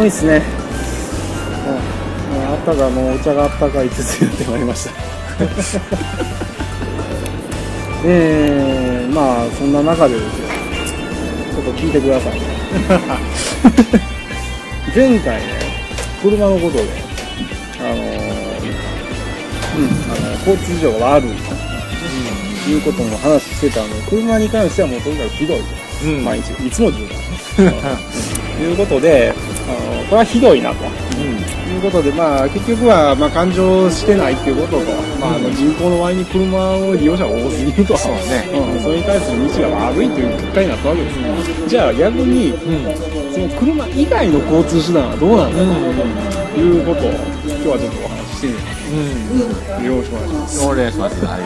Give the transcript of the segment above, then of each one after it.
いっすね。あったかもうお茶があったかい季節になってまいりました。まあそんな中でですよ、ちょっと聞いてください。前回ね、車のことで交通事情が悪いということも話してたので、車に関してはもうとにかくひどいと、毎日いつも10番ということで、これはひどいなと、いうことで、まあ結局はまあ勘定してないっていうことと、まあ人口の割に車を利用者が多すぎると、それに対する道が悪いという結果になったわけです。じゃあ逆に、その車以外の交通手段はどうなんだということを今日はちょっとお話ししてみます。よろしくお願いします。 お願いします。はい。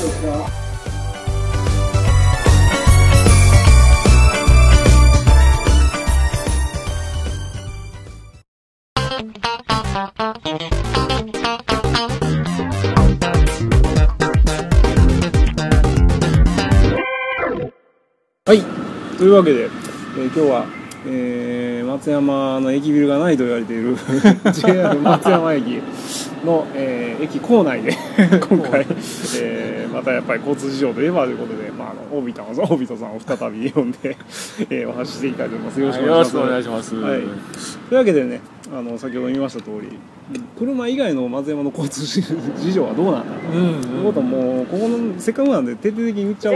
はい、というわけで、今日は、松山の駅ビルがないと言われているJR 松山駅の、駅構内で今回、またやっぱり交通事情といえばということで、オービタさんを再び呼んで、お話ししていきたいと思います。よろしくお願いします。はい、というわけでね、先ほど言いました通り、車以外の松山の交通事情はどうなんだということも、ここのせっかくなんで徹底的に言っちゃおう。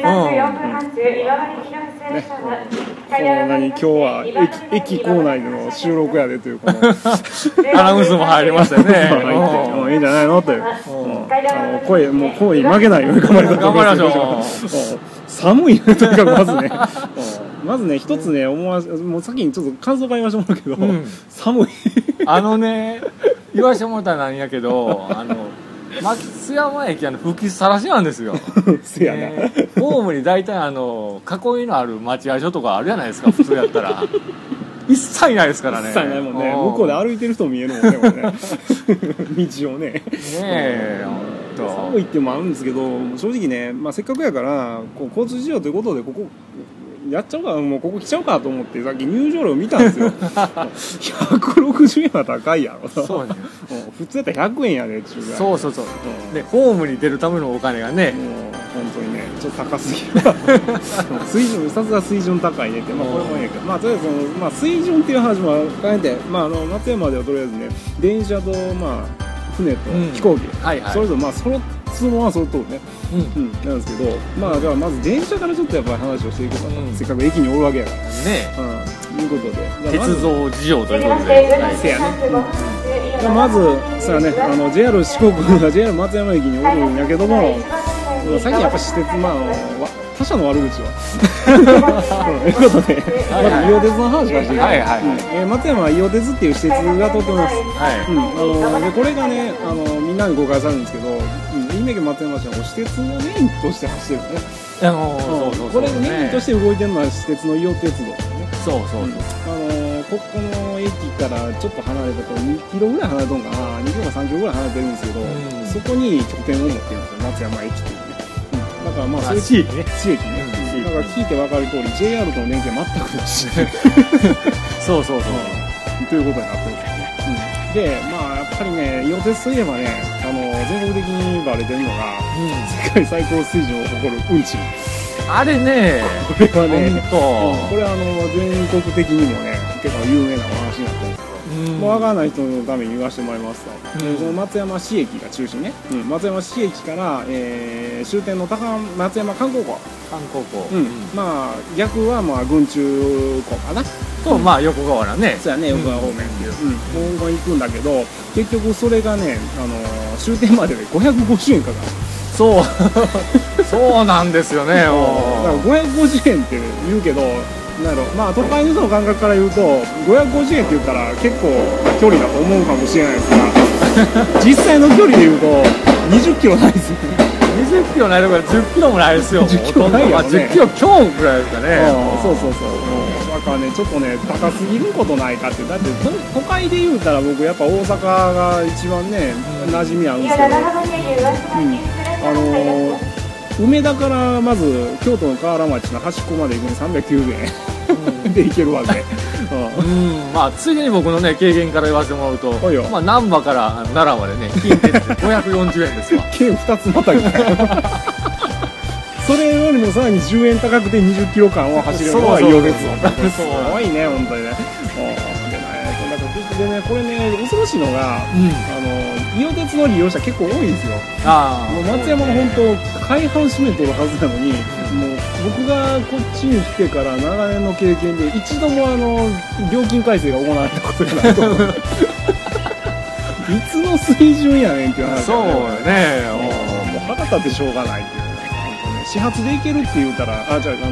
今日は駅構内での収録やでというこのアナウンスも入りましたよね。 いいんじゃないのという、声に負けないように頑張りましょう。寒いね、とにかくまずね一つねもう先にちょっと感想から言わせてもらうけど、寒い。 言わしてもらったらなんやけど、松山駅吹きさらしなんですよ。 せやな。 ホームに大体囲いのある待合所とかあるじゃないですか、普通やったら。一切ないですからね。 一切ないもんね。向こうで歩いてる人も見えるもんね、これね。道をね。 ねえ、 寒いっていうのもあるんですけど、正直ね、せっかくやから交通事情ということでここやっちゃおうか、もうここ来ちゃおうかと思ってさっき入場料見たんですよ。160円は高いやろ。 そうね。 普通やったら100円やでっていうぐらい。 そう。でホームに出るためのお金がね、 本当にねちょっと高すぎる。さすが水準高いねって、これもいいけど、とりあえず水準っていう話も兼ねて、松山ではとりあえずね電車と船と飛行機、それぞれそのままその通りね、なんですけど、じゃあまず電車からちょっとやっぱり話をしていこうかな、せっかく駅におるわけやからね。いうことで鉄道事情ということで、 せやね。まずさあね、JR 四国が JR 松山駅におるんやけども、最近やっぱ私鉄他社の悪口はということで、まず伊予鉄の話からしていきたい。松山は伊予鉄っていう施設が通ってます。でこれがねみんなに誤解されるんですけど、愛媛県松山市は私鉄がメインとして走ってるね。これメインとして動いてるのは私鉄の伊予鉄道ですね。ここの駅からちょっと離れたと2キロぐらい離れとんかな、2キロか3キロぐらい離れてるんですけど、そこに拠点を持ってるんですよ、松山駅っていうね。だからそういう地域ね。だから聞いて分かる通り JR との連携全くないし。ということになってるんですよね。でやっぱりね伊予鉄といえばね全国的にバレてるのが、世界最高水準を誇る運賃。 あれね、 これはね、これは全国的にもね結構有名なお話になってるんですけど、もう分からない人のために言わせてもらいますと、その松山市駅が中心ね、松山市駅から、終点の松山観光港、逆は軍中港かなと、横川原ね、 そうやね、横川方面っていう、ここに行くんだけど、結局それがね終点までで550円かかる。 そうなんですよね。だから550円って言うけど、都会の人の感覚から言うと550円って言ったら結構距離だと思うかもしれないですが、実際の距離で言うと20キロないですよね。 20キロないとか10キロもないですよ。 10キロないやろね。 10キロ強ぐらいですかね。 だからねちょっとね高すぎることないかって。だって都会で言うたら僕やっぱ大阪が一番ね馴染みあるんですけど、梅田からまず京都の河原町の端っこまで行くのに390円で行けるわけ。 まあついでに僕のね経験から言わせてもらうと、 はいよ、 まあ難波から奈良までね近鉄で540円ですわ。 計2つまたぎそれよりもさらに10円高くて20キロ間を走れるのが伊予鉄道。すごいね本当にね。でね、これね恐ろしいのが、伊予鉄の利用者結構多いんですよ。もう松山の本当大半占めてるはずなのに、もう僕がこっちに来てから長年の経験で一度も料金改正が行われたことがないと思ういつの水準やねんっていう話。 そうね。 もう腹立ってしょうがないっていうね。本当ね、始発で行けるって言うたら、じゃあ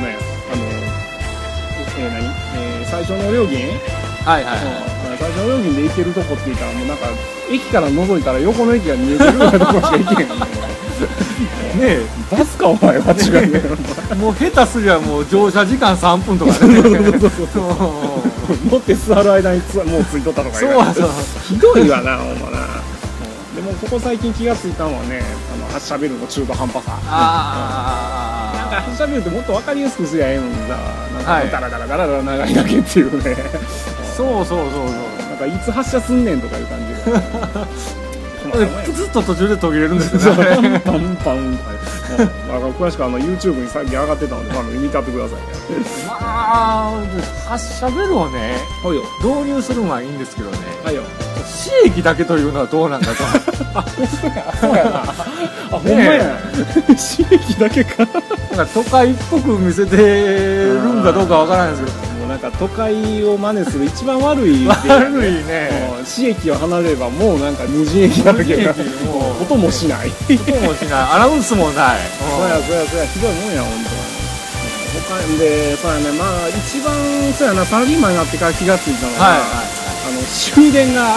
最初の料金、 はいはい、 最初の料金で行けるとこって言ったら、もうなんか駅から覗いたら横の駅が見えてるようなところしか行けへんねえバスかお前は違うねもう下手すりゃもう乗車時間3分とかね乗って座る間にもう着いとったとかそうひどいわなほんまな。でもここ最近気がついたのはね、発車ベルの中途半端さ。なんか発車ベルってもっと分かりやすくすりゃええのにさ、なんかダラダラダラダラ長いだけっていうねそうなんかいつ発車すんねんとかいう感じでずっと途中で途切れるんですよねパンパンとか詳しくYouTube にさっき上がってたので見たってくださいね。 まあ発車ベルをね導入するのはいいんですけどね、市駅だけというのはどうなんだとそうやなほんまや市駅だけかなんか都会っぽく見せてるんかどうかわからないですけど、 もうなんか都会を真似する一番悪いね市駅を離れればもうなんか無人駅だけど音もしないアナウンスもない。 そうやひどいもんや本当で。そうやね、まあ一番そうやな、サラリーマンになってから気がついたのが、終電が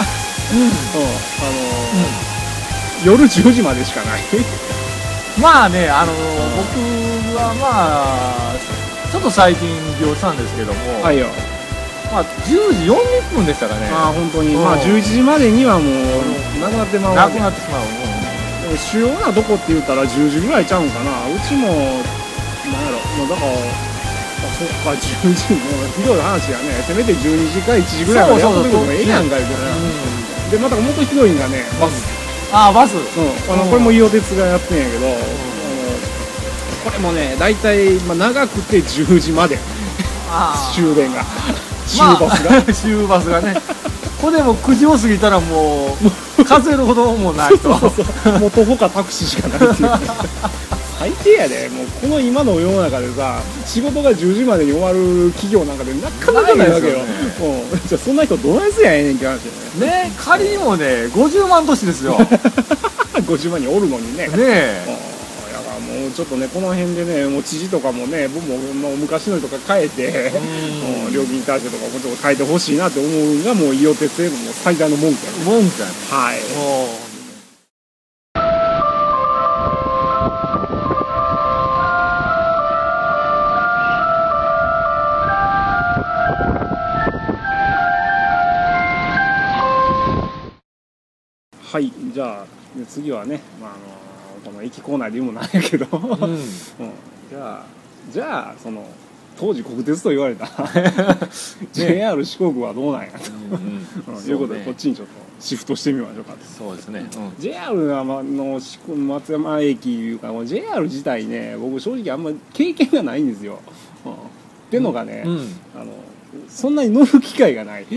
夜10時までしかないまあね、僕はまあちょっと最近利用したんですけども、まあ10時40分でしたかね。 本当にまあ11時までにはもうなくなってまうなくなってしまう。 でも主要なとこって言ったら10時ぐらいちゃうんかな。うちもなんやろ、もうだからそっか10時もひどい話やね。せめて12時か1時ぐらいまでやっとくのがええやんかい。でまたもっとひどいんがね、バス。 バス。 これも伊予鉄がやってんやけど、これもね大体長くて10時まで終電が終バスがねこれでも9時を過ぎたらもう数えるほどもないともう徒歩かタクシーしかないっていう最低やで。もうこの今の世の中でさ、仕事が10時までに終わる企業なんかでなかなかないわけよ。じゃあそんな人どないすりゃええねんって話だよね。 仮にもね50万都市ですよ 50万人おるのにね。もうちょっとねこの辺でね、もう知事とかもね、僕も昔の人とか変えて料金体制とかもちょっと変えてほしいなって思うのがもう伊予鉄への最大の文句やね。はい。はい、じゃあ次はね、この駅構内で言うもなんやけど、じゃあその当時国鉄と言われたJR 四国はどうなんやということで、こっちにちょっとシフトしてみましょうかと。 そうですね、 JR の松山駅いうか JR 自体ね、僕正直あんまり経験がないんですよ。っていうのがね、そんなに乗る機会がない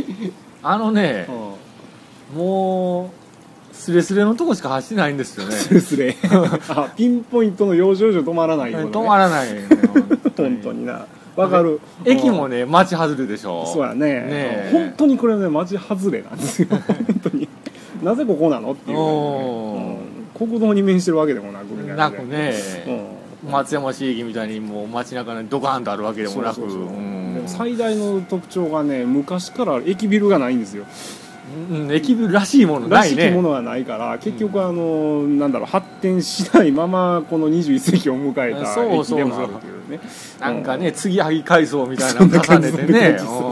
もうスレスレのとこしか走ってないんですよね。 スレスレピンポイントの要所要所止まらないよね。 止まらない本当にな。わかる。 駅もね町外れでしょ。 そうやね。本当にこれね町外れなんですよ本当に。なぜここなのっていう、国道に面してるわけでもなくね、松山市駅みたいにもう街中にドカーンとあるわけでもなく、 でも最大の特徴がね、昔から駅ビルがないんですよ。 駅ビルらしいものないね。 らしきものがないから、結局なんだろう、発展しないままこの21世紀を迎えた駅でもあるというね。 なんかね、継ぎはぎ改装みたいなの重ねてね。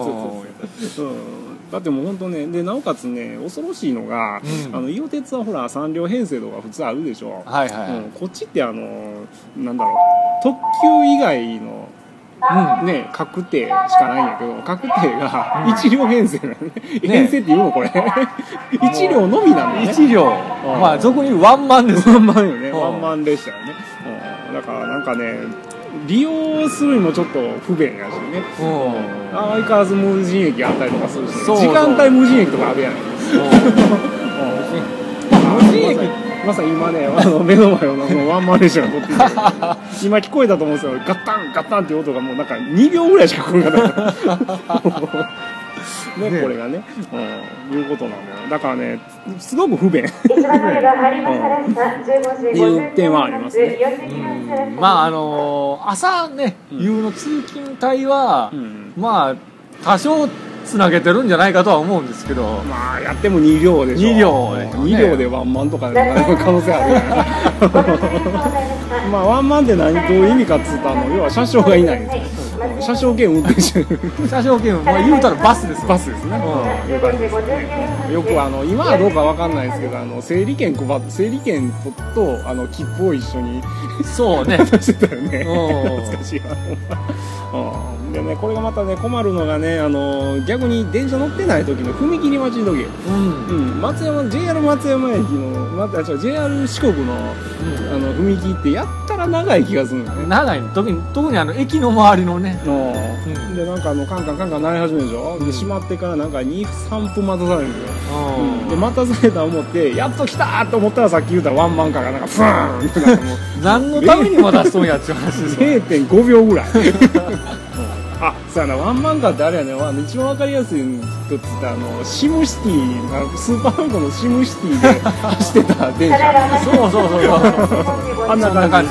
だってもう本当ね、でなおかつね、恐ろしいのが、伊予鉄はほら3両編成とか普通あるでしょ。こっちってなんだろう、特急以外のね、確定しかないんやけど、確定が1両編成なのね。編成って言うのこれ。1両のみなのね。 1両。まあ、俗に言うワンマンです。 ワンマンよね。ワンマン列車よね。だからなんかね、利用するにもちょっと不便やしね。相変わらず無人駅あったりとかするし、時間帯無人駅とかあるやない。無人駅まさに今ね、目の前のワンマン列車が撮っていて今聞こえたと思うんですよ。ガッタンガッタンっていう音がもうなんか2秒ぐらいしか聞こえなかったね、これがね、いうことなのよ。だからね、すごく不便っていう点はありますね。 まあ朝ね、夕の通勤帯は、まあ多少つなげてるんじゃないかとは思うんですけど、 まあやっても2両でしょ。2両でワンマンとかになる可能性あるやんまあワンマンってどういう意味かっつうと、要は車掌がいないんですよ。車掌兼運転手車掌兼、まあ、言うたらバスです。 バスですね。よく今はどうかわかんないですけど、整理券と切符を一緒にそうね出してたよね。懐かしいわ。でね、これがまたね困るのがね、逆に電車乗ってない時の踏切待ちの時、JR 松山駅のJR 四国の、踏切ってやったら長い気がするんだよね。 長い。特に駅の周りのね、 でなんかカンカンカンカン鳴り始めるでしょ。で閉まってからなんか 2,3 分待たされるんですよ。で待たされたと思ってやっと来たと思ったら、さっき言ったワンマンカーがなんかフーンってなんかもう何のために待たしとんやって話ですよ。 0.5 秒ぐらいあ、そうやな、ワンマンカーってあれやね、一番わかりやすい人って言ったらシムシティ、スーパーファミコンのシムシティで走ってた電車そうあんな感じ。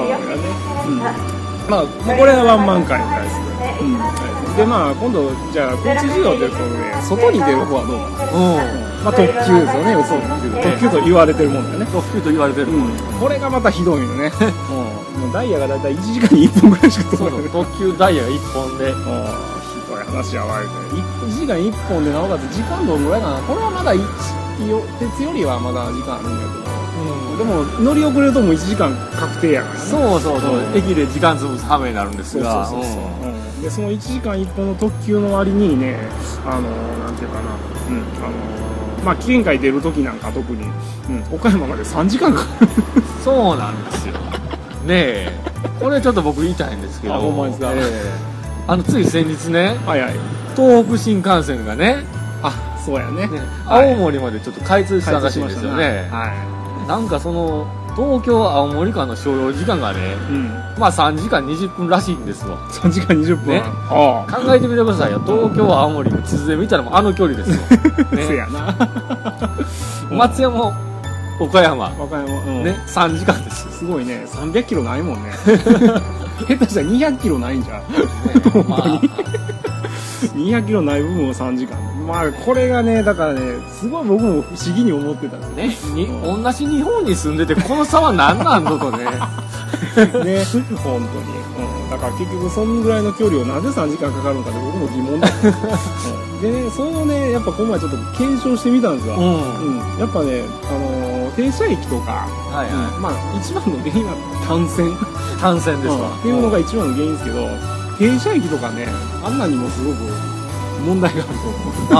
まあこれがワンマンカーに対する。でまあ今度じゃあ交通事情ということで外に出る方はどうか。まあ特急ですよね。特急と言われてるもんだよね。 特急と言われてる。 これがまたひどいのね。もうダイヤがだいたい1時間に1本ぐらいしか通らない。 特急ダイヤが1本で。 ひどい話やわいね。1時間1本でなおかつ時間どのぐらいかな。これはまだ鉄よりはまだ時間あるんだけど。でも乗り遅れるともう1時間確定やからね。 そう駅で時間潰す羽目になるんですが、 でその1時間1本の特急の割にね、なんていうかな、まあ期限会出る時なんか特に、岡山まで3時間かかるそうなんですよね。えこれちょっと僕言いたいんですけど、 ほんまですか。 つい先日ね、東北新幹線がね、 そうやね、 青森までちょっと開通したらしいんですよね。なんかその東京青森間の所要時間がね、まあ3時間20分らしいんですよ。 3時間20分ね。 考えてみてくださいよ。東京青森の地図で見たらもうあの距離ですよ。 せやな。 松山岡山ね、 3時間ですよ。 すごいね。300キロないもんね。下手したら200キロないんじゃん。200キロない部分を3時間。まあこれがね、だからね、すごい僕も不思議に思ってたんですね。 同じ日本に住んでてこの差は何なんだとね。 ね、本当に。だから結局そんぐらいの距離をなぜ3時間かかるのかって僕も疑問だった。でね、それをね、やっぱこの前ちょっと検証してみたんですよ。やっぱね、停車駅とか、まあ一番の原因は単線ですか。 っていうのが一番の原因ですけど、停車駅とかね、あんなにもすごく問題があると思う。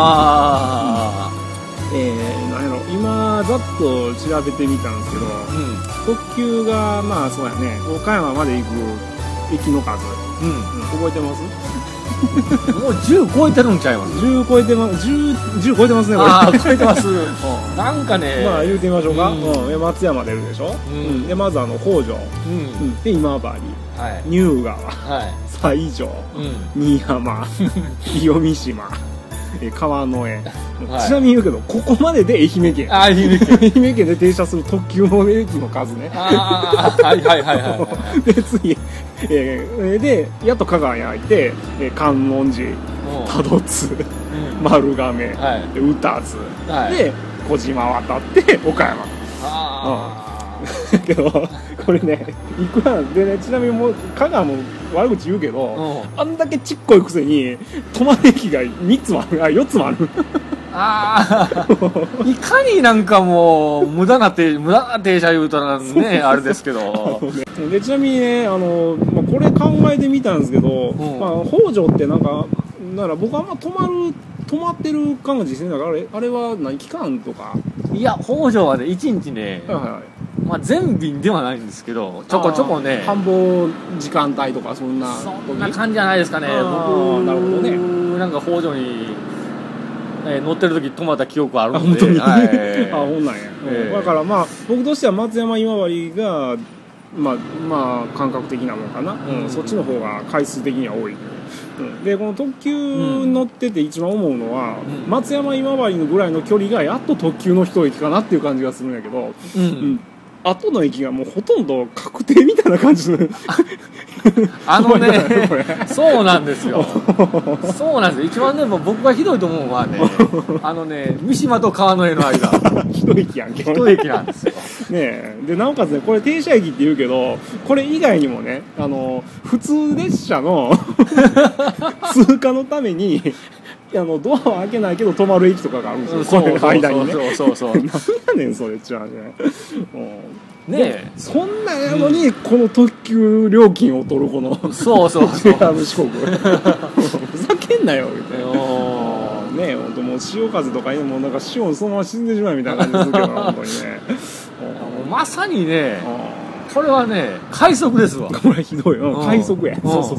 なんやろ、今ざっと調べてみたんですけど、特急がまあそうやね、岡山まで行く駅の数、覚えてます？ もう10超えてるんちゃいます ？10超えてます。10超えてますね。 超えてます。なんかね、 まあ言うてみましょうか。松山出るでしょ。でまず北条、で今治、乳川、西条、新居浜、清見島、川越。ちなみに言うけど、ここまでで愛媛県。愛媛県で停車する特急の駅の数ね。で次、でやっと香川に入って観音寺、多度津、丸亀、宇多津で小島渡って岡山。けどこれね、いくらでね、ちなみにもう香川も悪口言うけど、あんだけちっこいくせに止まる駅が3つもある、4つもある。 いかになんかもう無駄な停車言うたらねあれですけど。 でちなみにね、ここれ考えてみたんですけど、まあ、北条ってなんか僕あんま止まってる感じしてんだからあれは何期間とか。 いや北条はね1日ね、 はいはい、 まあ、全便ではないんですけどちょこちょこね繁忙時間帯とかそんな感じじゃないですかね。僕なるほどね。 なんか北条に、乗ってる時止まった記憶あるので。 本当に、 はい、 ほんなんや、だからまあ僕としては松山今治がまあ感覚的なのかな、そっちの方が回数的には多い。でこの特急乗ってて一番思うのは、松山今治のぐらいの距離がやっと特急の一駅かなっていう感じがするんやけど、後の駅がもうほとんど確定みたいな感じのそうなんですよそうなんですよ。一番ね僕がひどいと思うのはね三島と川之江の間一駅やんけ。 一駅なんですよね。でなおかつねこれ停車駅って言うけどこれ以外にもね普通列車の通過のためにドアは開けないけど止まる駅とかがあるんですよ。これの間にね。 そうなんやねんそれっちゅう話ね。 ね、 そんなんやのに、この特急料金を取るこのそう JR 四国ふざけんなよみたいなね。本当もう潮風とかにもなんか潮そのまま沈んでしまうみたいな感じするけど本当にねまさにねこれはね快速ですわ。 これひどい。快速や。そう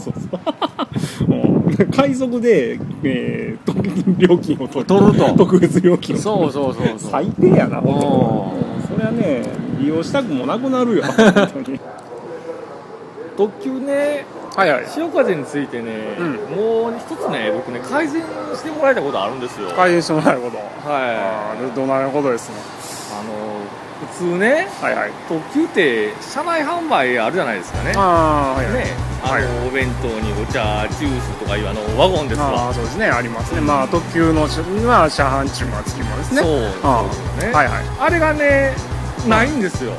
快速で、料金を取ると特別料金を取る。そう最低やな本当。それはね利用したくもなくなるよ本当に。 特急ね、 はいはい、 潮風についてね、もう一つね僕ね改善してもらいたいことあるんですよ。 改善してもらえること。 はい。 どうなることですね。 普通ね、特急って車内販売あるじゃないですかね。お弁当にお茶ジュースとかいうワゴンですわ。 そうですね、ありますね。まあ特急のには車販中がつきますね。 そうね。あれがねないんですよ。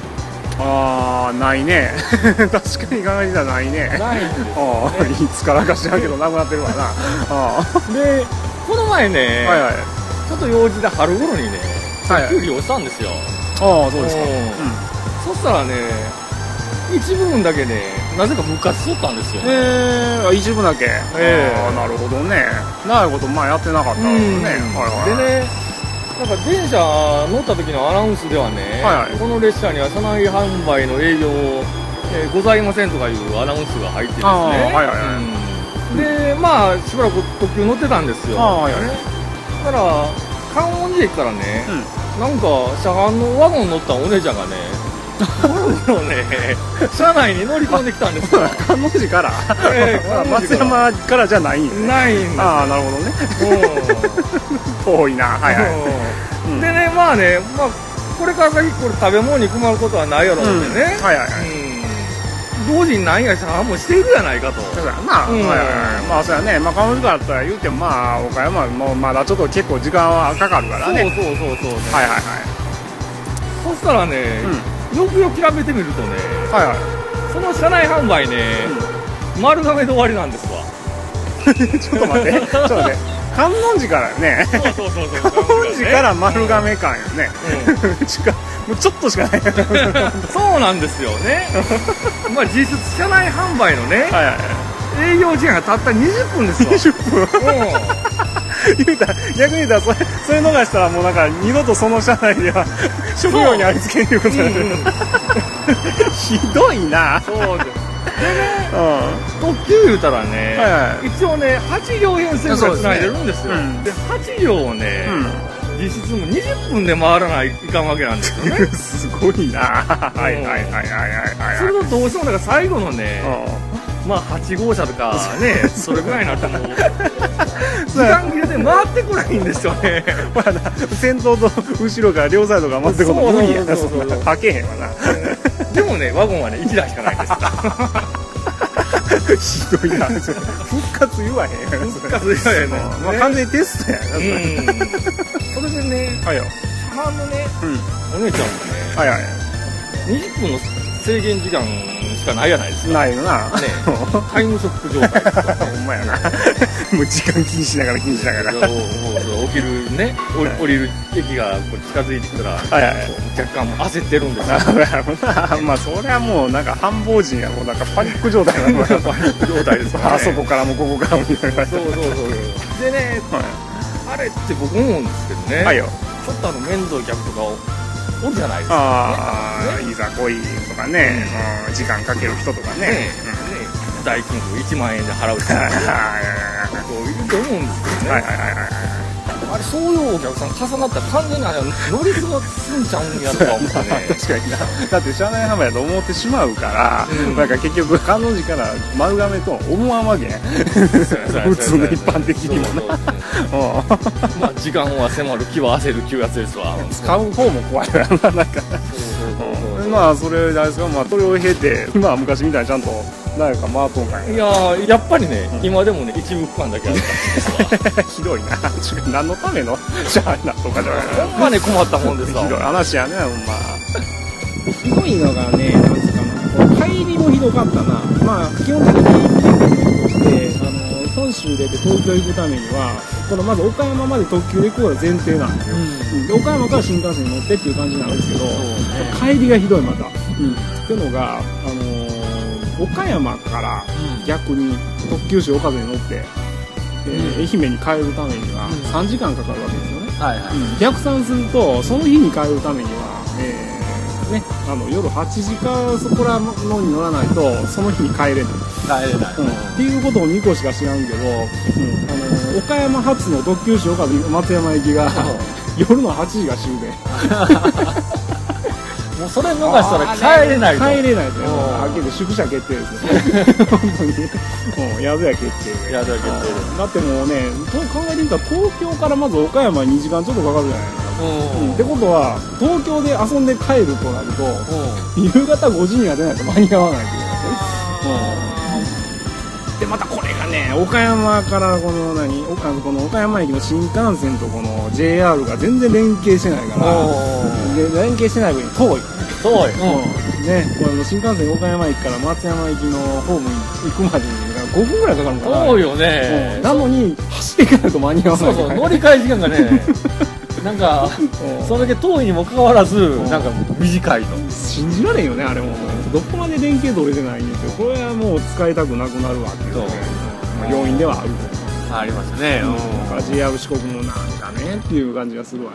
ないね確かに考えてたらないね。 ないんですいつからか知らんけどなくなってるわなでこの前ねちょっと用事で春頃にね特急利用したんですよ。 そうですか。 そしたらね一部分だけねなぜか復活しとったんですよ。 一部だけ。なるほどね。長いことやってなかったんですね。 でねなんか電車乗った時のアナウンスではね、この列車には車内販売の営業、ございませんとかいうアナウンスが入ってですね。でまあしばらく特急乗ってたんですよ。だから観音寺駅からね、なんか車販のワゴン乗ったお姉ちゃんがね車内に乗り込んできたんですよ。 観音寺から松山からじゃないんですね。 ないんです。 なるほどね遠いな。でねまあこれから先これ食べ物に困ることはないやろうのでね同時に何や車販もしているやないかと。 まあそうやね。観音寺からだったら言うても岡山もまだちょっと結構時間はかかるからね。 そしたらねよくよく調べてみるとねその車内販売ね丸亀で終わりなんですわちょっと待って観音寺からね。観音寺から丸亀間よね。もうちょっとしかないそうなんですよね実質車内販売のね営業時間がたった20分ですわ。 20分逆に言うたらそれ逃したらもうなんか二度とその車内では職業にありつけんということになる。ひどいな。 そうですでね特急言うたらね一応ね8両編成ぐらいつないでるんですよ。で8両をね実質も20分で回らないかんわけなんですよね。 すごいな。 それとどうしてもだから最後のね8号車とかねそれぐらいになっても時間切れで回ってこないんですよね。 先頭と後ろから両サイドが回ってこない無理やな。そんなはけへんわな。 でもねワゴンはね1台しかないんです。ひどいな。復活言わへん。 復活言わへんね。 完全にテストやな。 それでね車販のねお姉ちゃんもね20分の制限時間しかないじゃないですか。 ないよな。 ね、タイムショック状態ですよ。 ほんまやな。もう時間気にしながら気にしながら。 もう起きるね、降りる駅がこう近づいてきたら、若干焦ってるんですよ。 まあそれはもうなんか繁忙時にはもうなんかパニック状態なのかな。 パニック状態ですからね。 あそこからもここからもみたいな。 そう。でね、あれって僕思うんですけどね。ちょっと面倒い客とかおるじゃないですか。 いざ来いとかね、時間かける人とかね。 代金1万円で払う人とか。そういると思うんですけどね。あれそういうお客さん重なったら完全にあれ乗り過ごすんちゃうんやとか思ってね。 確かにな。だって車内販売やと思ってしまうから、なんか結局彼女から丸亀と思わんわけ。普通の一般的にもな。 まあ時間は迫る気は焦る9月ですわ。 使う方も怖いな、なんか。まあそれあれですか、まあそれを経て今は昔みたいにちゃんと何か回っとんかい。 いややっぱりね、今でもね一部区間だけあったんですわ。 ひどいな。何のための車内なとかじゃない。 ほんまね困ったもんですわ。 ひどい話やね、ほんま。 ひどいのがね、なんつうかな、帰りもひどかったな。まあ基本的に本州出て東京行くためにはこのまず岡山まで特急で行くのが前提なんですよ。岡山から新幹線に乗ってっていう感じなんですけど、帰りがひどいまた。っていうのが岡山から逆に特急潮風に乗って愛媛に帰るためには3時間かかるわけですよね。逆算するとその日に帰るためには夜8時かそこらのに乗らないとその日に帰れないっていうことを2個しか知らんけど、岡山発の特急潮風松山駅が夜の8時が終電。 もうそれ逃したら帰れないと。 帰れないと。はっきり宿舎決定ですよ。本当に。宿屋決定。 だってもうね、考えてみたら東京からまず岡山に2時間ちょっとかかるじゃないですか。ってことは東京で遊んで帰るとなると夕方5時には出ないと間に合わないというかでまたこれがね岡山からこの岡山駅の新幹線とこの JR が全然連携してないから連携してない分に遠いね、この新幹線岡山駅から松山駅のホームに行くまでに5分ぐらいかかるのかな。 遠いよね。 なのに走っていかないと間に合わない。 そう乗り換え時間がねなんかそれだけ遠いにもかかわらずなんか短いと信じられんよね。あれもどこまで連携取れてないんですよ。これはもう使いたくなくなるわっていう要因ではあると思う。 ありますね。 だから JR 四国もなんかねっていう感じがするわね。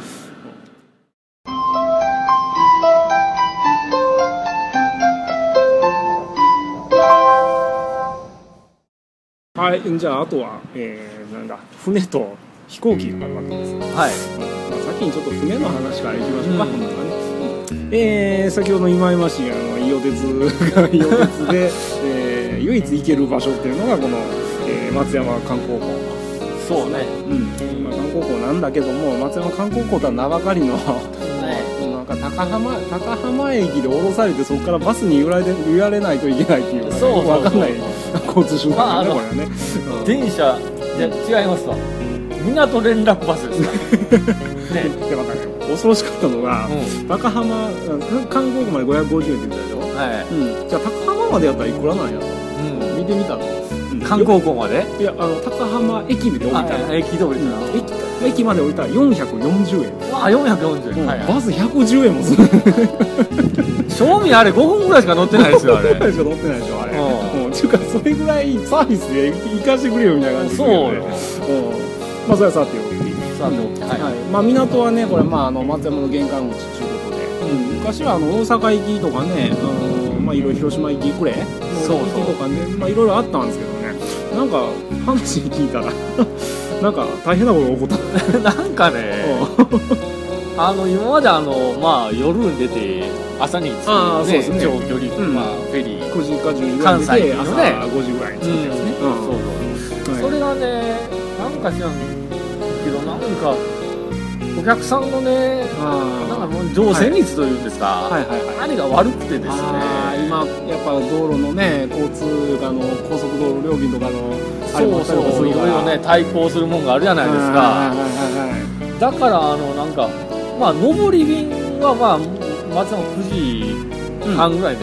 はい、じゃああとは、なんだ船と飛行機があるわけです。先にちょっと船の話からいきましょうか。本当ね。先ほど今いまし伊予鉄で、唯一行ける場所っていうのがこの、松山観光港。 そうね。 観光港なんだけども松山観光港とは名ばかりのなんか高浜駅で降ろされてそこからバスに揺られないといけないっていう、分かんない交通手段だね、これはね。 電車違いますわ。港連絡バスですか。 で分かんない。恐ろしかったのが、高浜観光港まで550円って言ったでしょ。じゃあ高浜までやったらいくらなんやと見てみたの。 観光港まで？ いや高浜駅で降りたら駅で降りたら駅まで降りたら440円。 440円。 バス110円もする。 正味あれ5分ぐらいしか乗ってないですよ。あれ 5分ぐらいしか乗ってないでしょあれ。っていうかそれぐらいサービスで行かしてくれよみたいな感じで。そうよ。まあそれはさておき。まあ港はねこれ松山の玄関口ということで、昔は大阪行きとかねいろいろ広島行きくれの行きとかねいろいろあったんですけどね、なんか話聞いたらなんか大変なことが起こった。 なんかね今まで夜に出て朝に着く長距離フェリー 9時か10時ぐらいに出て朝5時ぐらいに着くんですね。 それがねなんか知らんけどなんかお客さんのねなんかもう乗船率というんですか、あれが悪くてですね。 今やっぱ道路のね交通高速道路料金とかのそういろいろね対抗するもんがあるじゃないですか。だからなんか上り便は松山9時半ぐらいに出るんですか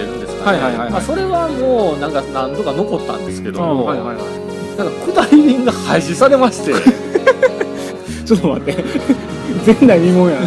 まあそれはもうなんか何度か残ったんですけども、なんか下り便が廃止されましてちょっと待って前代未聞やな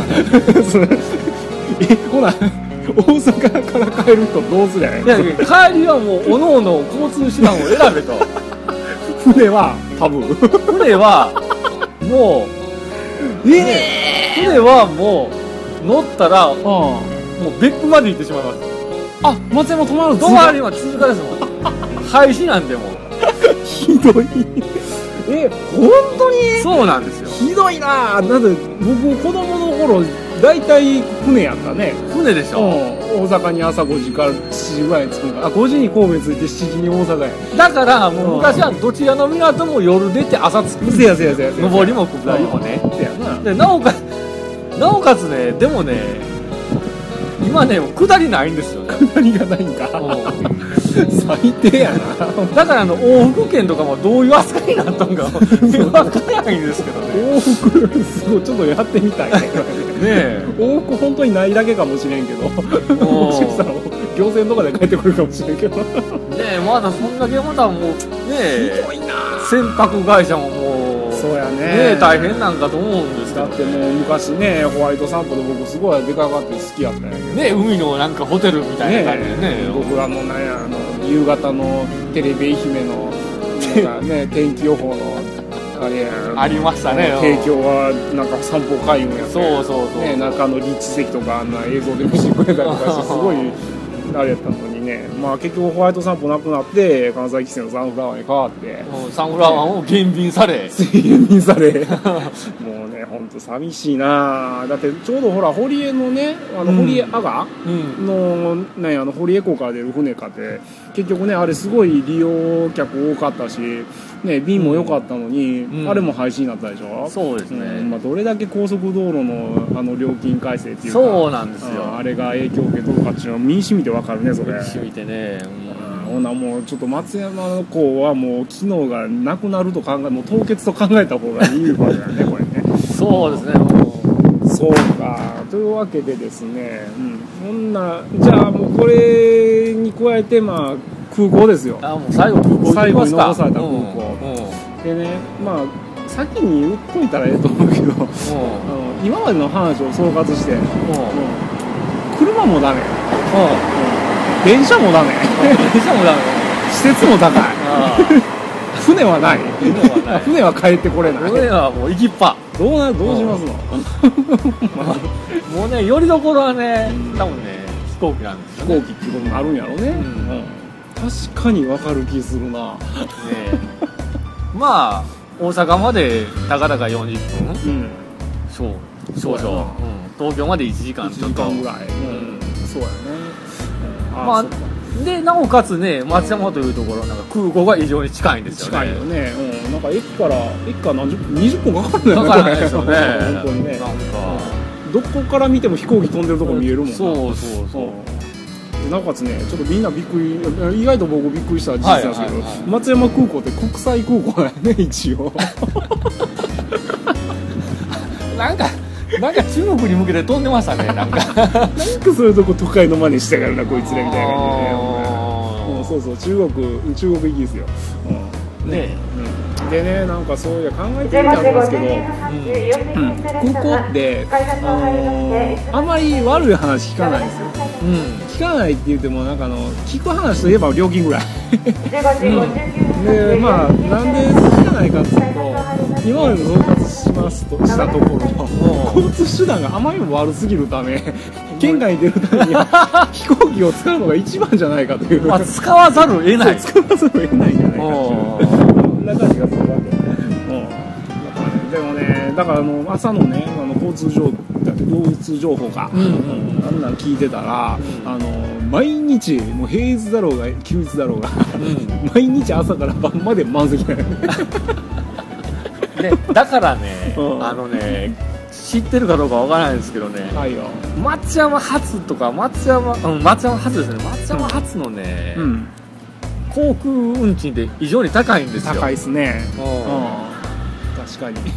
ほら大阪から帰る人どうすりゃいいの？ いや帰りはもうおのおの交通手段を選べと船はタブー船はもう船はもう乗ったらもう別府まで行ってしまいます。 あ、松山止まるんです止まりは通過ですもん廃止なんでもひどい本当にそうなんですよ。 ひどいな。だって僕子供の頃大体船やったね。 船でしょ、 大阪に朝5時から7時ぐらいに着くんか。あ、5時に神戸着いて7時に大阪や。 だからもう昔はどちらの港も夜出て朝着く。 せやせやせや。 上りも下りもね。 せやな。 でなおかつね、でもね今ね下りないんですよね。 下りがないんか。最低やな。 だから往復券とかもどういう扱いになったんか分からないんですけどね。 往復すごいちょっとやってみたいね。ねえ往復本当にないだけかもしれんけど、もしかしたら行政とかで帰ってくるかもしれんけど。ねえまだそんだけまだもうねえひどいな。 船舶会社ももうそうやね。 ねえ大変なんかと思うんですけど、 だってもう昔ねホワイト散歩で僕すごい出かかって好きやったんやけどね、海のなんかホテルみたいな感じでね僕なんや夕方のテレビ愛媛のなんかね天気予報のあれやありましたね。 提供はなんか散歩開運やってそうね、中の立地席とかあんな映像で見せてくれたりとかしてすごいあれやったのにね、まあ結局ホワイト散歩なくなって関西汽船のサンフラワーに変わってサンフラワーも減便され減便されもうねほんと寂しいな。だってちょうどほら堀江のね堀江阿賀の、ね、堀江港から出る船かって結局ねあれすごい利用客多かったし、ね、便も良かったのに、あれも廃止になったでしょ。 そうですね、 まあ、どれだけ高速道路の料金改正っていうかそうなんですよ、 あれが影響を受け取るかっていうのは身に染みて分かるねそれ。 身に染みてね、 ほなもうちょっと松山の港はもう機能がなくなると考えもう凍結と考えた方がいいわけだねこれね。 そうですね。 そうか。というわけでですね、こんなじゃあもうこれに加えてまあ空港ですよ。 もう最後空港行きますか。 最後に残された空港、でねまあ先に言っといたらええと思うけど今までの話を総括して車もダメ、電車もダメ、 電車もダメ、 施設も高い船はない、船は帰ってこれない、 船はもう行きっぱ。 どうしますのもうねよりどころはね多分ね飛行機なんですよね。 飛行機っていうこともあるんやろうね、確かに分かる気するな。 まあ大阪までたかだか40分、少々、東京まで1時間ちょっと 1時間ぐらい、そうやね。 まあでなおかつね松山というところなんか空港が異常に近いんですよね。 近いよね、なんか駅から何十分20分かかるんだよね。 かからないですよね本当にね。 なんかどこから見ても飛行機飛んでるとこ見えるもんな。 そうなおかつねちょっとみんなびっくり、意外と僕びっくりした事実なんですけど、松山空港って国際空港だよね一応なんか中国に向けて飛んでましたねなんかそういうとこ都会の真似してからなこいつらみたいな感じでね。そう中国行きですよ、でねなんかそういや考えてみたんですけど、空港ってあんまり悪い話聞かないんですよ、聞かないって言ってもなんか聞く話といえば料金ぐらいでまあなんで聞かないかっていうと今までの総括しますとしたところ交通手段があまりにも悪すぎるため県外に出るためには飛行機を使うのが一番じゃないかという、 使わざるを得ない、 使わざるを得ないんじゃないかというそんな感じがするわけでもねだから朝のね交通情報か、あんなん聞いてたら、毎日もう平日だろうが休日だろうが、毎日朝から晩まで満席だよねでだからね、知ってるかどうかわからないんですけどね、松山発とか松山発ですね、松山発のね、航空運賃って異常に高いんですよ。 高いですね、確かに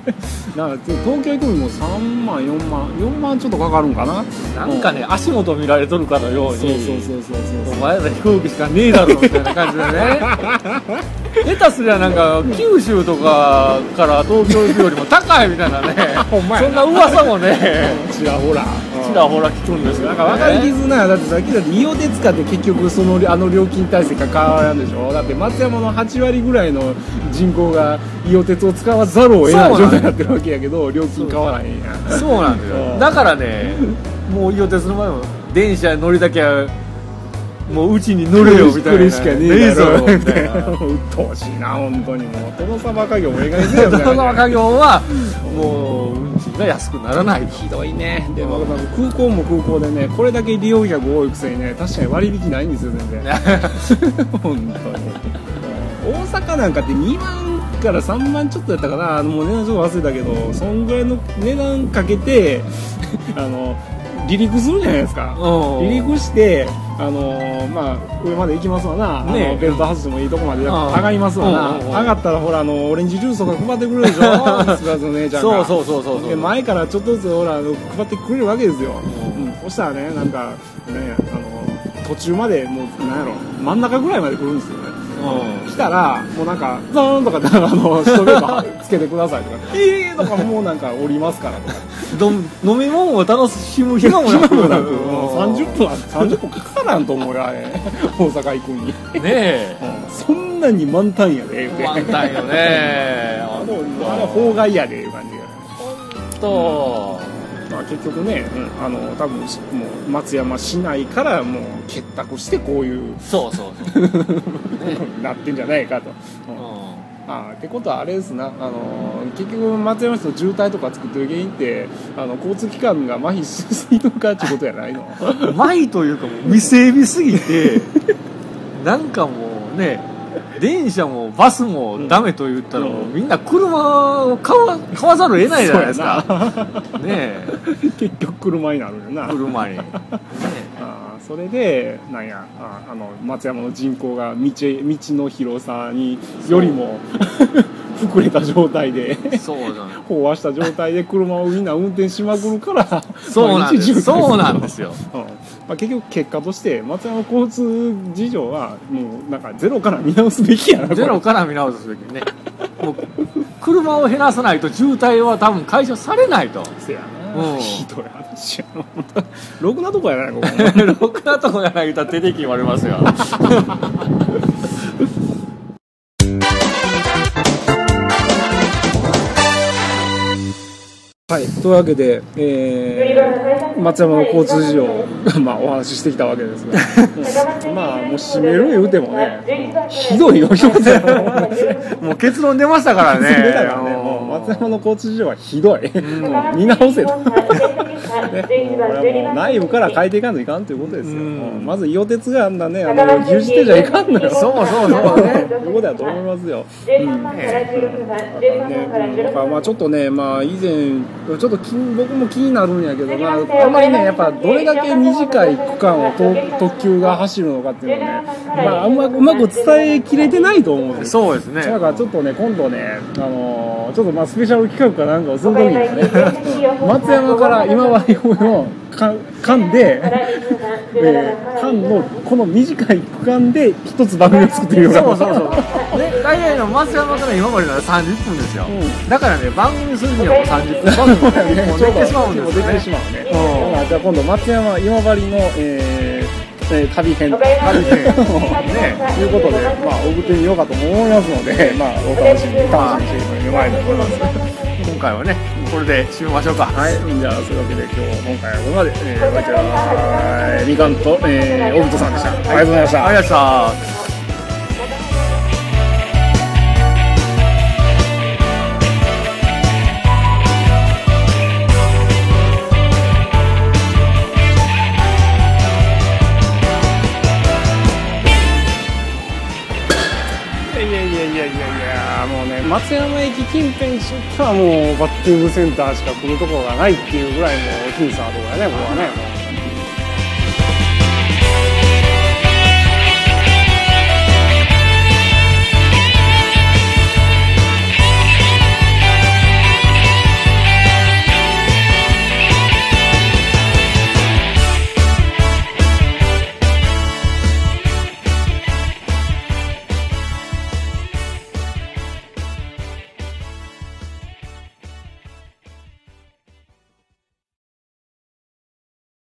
だから東京行くにも3万4万4万ちょっとかかるんかな。 なんかね、足元見られとるかのように、 そうお前ら飛行機しかねえだろみたいな感じでね下手すりゃなんか九州とかから東京行くよりも高いみたいなねそんな噂もねちらほら聞くんですよ、 なんか分かりきずな。だってさっきだって伊予鉄かって結局その料金体制が変わらんでしょ。だって松山の8割ぐらいの人口が伊予鉄を使わざるを得ない状態になってるわけやけど、料金変わらへんやん。 そうなんですよ。だからね、もう伊予鉄の前も電車乗りだけはもううちに乗れよみたいな、 しかねえぞみたいな。うっとうしいな本当に。もう殿様家業もええかげんねえよみたいな。 殿様家業はもう運賃が安くならない。 ひどいね。でも空港も空港でね、これだけ利用客多いくせにね、確かに割引ないんですよ全然本当に。大阪なんかって2万から3万ちょっとやったかな、もう値段ちょっと忘れたけど、そんぐらいの値段かけて離陸するじゃないですか。離陸してまあ上まで行きますわな、ね、ベルト外してもいいとこまで上がりますわな。上がったらほらオレンジジュースとか配ってくれるでしょスカートの姉ちゃんが。そうで前からちょっとずつほら配ってくれるわけですよ。そしたらね、なんかね途中までもうなんやろ真ん中ぐらいまで来るんですよね。来たらもうなんかザーンとかシトベルトつけてくださいとかとかもうなんか降りますからとか飲み物を楽しむ暇もなく 30分かからんと思うよあれ大阪行くにねえ、 そんなに満タンやで満タンよねあれ法外やでいう感じがほんと。 まあ、結局ね、多分もう松山市内からもう結託してこういうなってんじゃないかと。ってことはあれですな、結局松山市の渋滞とか作ってる原因って交通機関が麻痺しすぎるかってことやないの麻痺というかもう未整備すぎてなんかもうね、電車もバスもダメと言ったらもうみんな車を買わざるを得ないじゃないですかねえ結局車になるよな車に、ね、 それでなんや松山の人口が道の広さによりも膨れた状態で飽和した状態で車をみんな運転しまくるからそうなんですよ、 結局結果として松山交通事情はもうなんかゼロから見直すべきやな。 ゼロから見直すべきねもう車を減らさないと渋滞は多分解消されないと。 せやな、ひどい話やなろくなとこやないこころくなとこやない言うたら手で決まりますよはい、というわけで、松山の交通事情をまあお話ししてきたわけですがまあもう締める言うてもねひどいよもう結論出ましたからねもう松山の交通事情はひどい見直せとこれはもう内部から変えていかんといかんということですよ。まず伊予鉄があんなね牛耳ってじゃいかんのよ。そうねということだと思いますよ。まあちょっとね、まあ以前ちょっと僕も気になるんやけど、まあ、あんまりねやっぱどれだけ短い区間を特急が走るのかっていうのをね、まあ、うまく伝えきれてないと思うんです。 そうですね。 だからちょっとね今度ね、ちょっとまあスペシャル企画かなんかをするときにはね松山から今治の間で、間のこの短い区間で一つ番組を作ってみようかな。 そうね、大体の松山から今治なら30分ですよ、だからね番組するにはもう30分番組もうできてしまうんですよね。 じゃあ今度松山今治の、旅編ねということで、まあ送ってみようかと思いますので、まあお楽しみにしてみたいと思います。 今回はねこれで締めましょうか。 はい、じゃあそういうわけで今回はここまで、お相手はみかんと、オブトさんでした。ありがとうございました。 ありがとうございました。 松山駅近辺にしてはもうバッティングセンターしか来るところがないっていうぐらいの僅差なところだねこれはね。